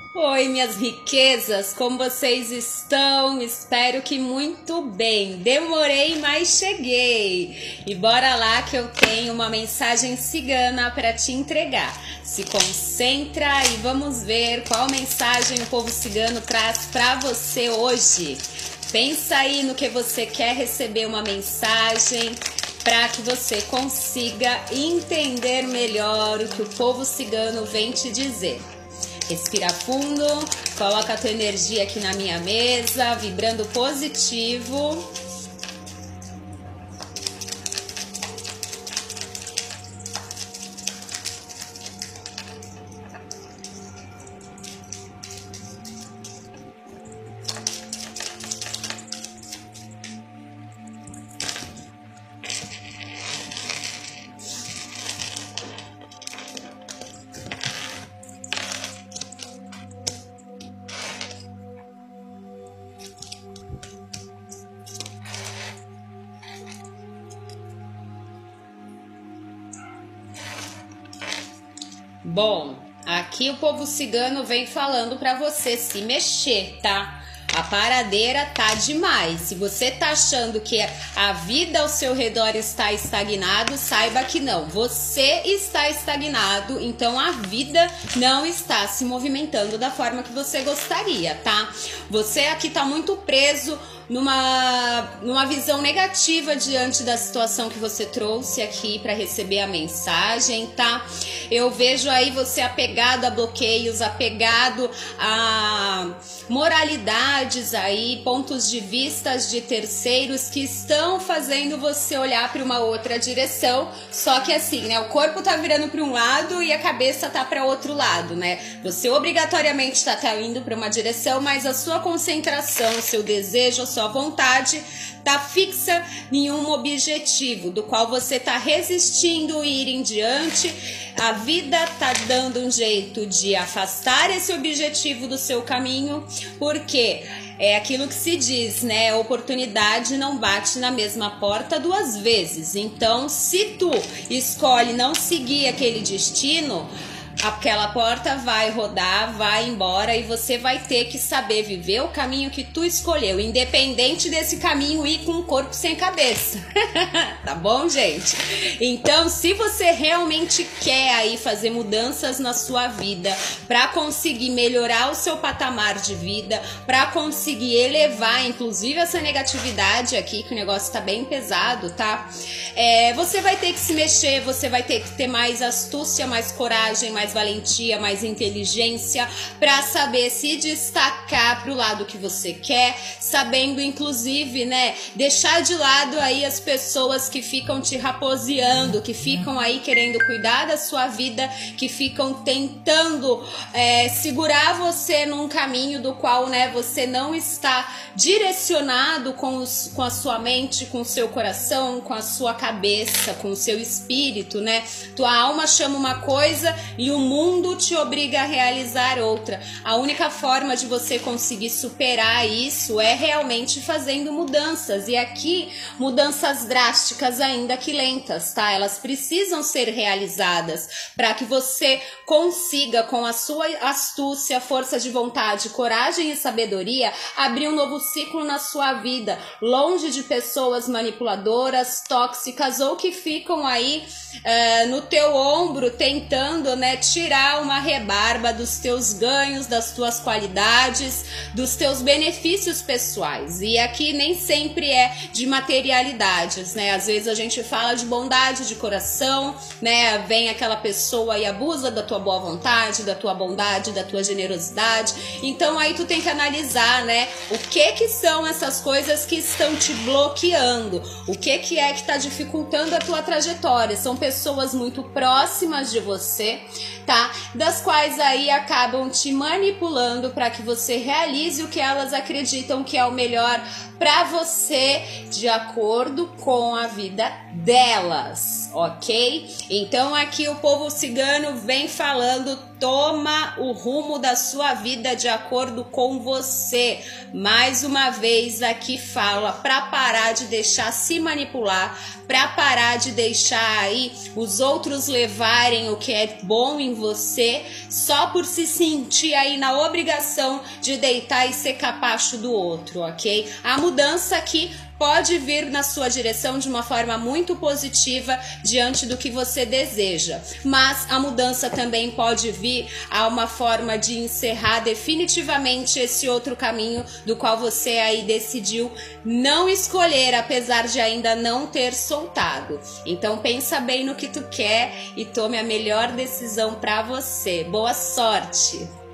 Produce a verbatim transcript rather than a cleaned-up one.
Oi, minhas riquezas, como vocês estão? Espero que muito bem. Demorei, mas cheguei. E bora lá que eu tenho uma mensagem cigana para te entregar. Se concentra e vamos ver qual mensagem o povo cigano traz para você hoje. Pensa aí no que você quer receber uma mensagem para que você consiga entender melhor o que o povo cigano vem te dizer. Respira fundo, coloca a tua energia aqui na minha mesa, vibrando positivo. Bom, aqui o povo cigano vem falando para você se mexer, tá? A paradeira tá demais. Se você tá achando que a vida ao seu redor está estagnado, saiba que não. Você está estagnado, então a vida não está se movimentando da forma que você gostaria, tá? Você aqui tá muito preso numa, numa visão negativa diante da situação que você trouxe aqui para receber a mensagem, tá? Eu vejo aí você apegado a bloqueios, apegado a moralidades aí, pontos de vistas de terceiros que estão fazendo você olhar para uma outra direção, só que assim, né, o corpo tá virando para um lado e a cabeça tá para outro lado, né? Você obrigatoriamente tá, tá indo para uma direção, mas a sua concentração, o seu desejo, a sua vontade tá fixa em um objetivo, do qual você tá resistindo e ir em diante. A vida tá dando um jeito de afastar esse objetivo do seu caminho, porque é aquilo que se diz, né? A oportunidade não bate na mesma porta duas vezes. Então, se tu escolhe não seguir aquele destino, aquela porta vai rodar, vai embora e você vai ter que saber viver o caminho que tu escolheu, independente desse caminho ir com o corpo sem cabeça. Tá bom, gente? Então, se você realmente quer aí fazer mudanças na sua vida, para conseguir melhorar o seu patamar de vida, para conseguir elevar, inclusive, essa negatividade aqui, que o negócio tá bem pesado, tá? É, você vai ter que se mexer, você vai ter que ter mais astúcia, mais coragem, mais valentia, mais inteligência para saber se destacar pro lado que você quer, sabendo inclusive, né, deixar de lado aí as pessoas que ficam te raposeando, que ficam aí querendo cuidar da sua vida, que ficam tentando é, segurar você num caminho do qual, né, você não está direcionado com, os, com a sua mente, com o seu coração, com a sua cabeça, com o seu espírito, né? Tua alma chama uma coisa e o mundo te obriga a realizar outra. A única forma de você conseguir superar isso é realmente fazendo mudanças. E aqui, mudanças drásticas ainda que lentas, tá? Elas precisam ser realizadas para que você consiga, com a sua astúcia, força de vontade, coragem e sabedoria, abrir um novo ciclo na sua vida, longe de pessoas manipuladoras, tóxicas ou que ficam aí uh, no teu ombro tentando, né, tirar uma rebarba dos teus ganhos, das tuas qualidades, dos teus benefícios pessoais. E aqui nem sempre é de materialidades, né? Às vezes a gente fala de bondade de coração, né? Vem aquela pessoa e abusa da tua boa vontade, da tua bondade, da tua generosidade. Então aí tu tem que analisar, né? O que que são essas coisas que estão te bloqueando? O que que é que está dificultando a tua trajetória? São pessoas muito próximas de você, tá? Das quais aí acabam te manipulando para que você realize o que elas acreditam que é o melhor para você, de acordo com a vida delas, ok? Então aqui o povo cigano vem falando toma o rumo da sua vida de acordo com você. Mais uma vez aqui fala para parar de deixar se manipular, para parar de deixar aí os outros levarem o que é bom em você, só por se sentir aí na obrigação de deitar e ser capacho do outro, ok? A mudança aqui pode vir na sua direção de uma forma muito positiva diante do que você deseja, mas a mudança também pode vir a uma forma de encerrar definitivamente esse outro caminho do qual você aí decidiu não escolher, apesar de ainda não ter soltado. Então pensa bem no que tu quer e tome a melhor decisão para você. Boa sorte!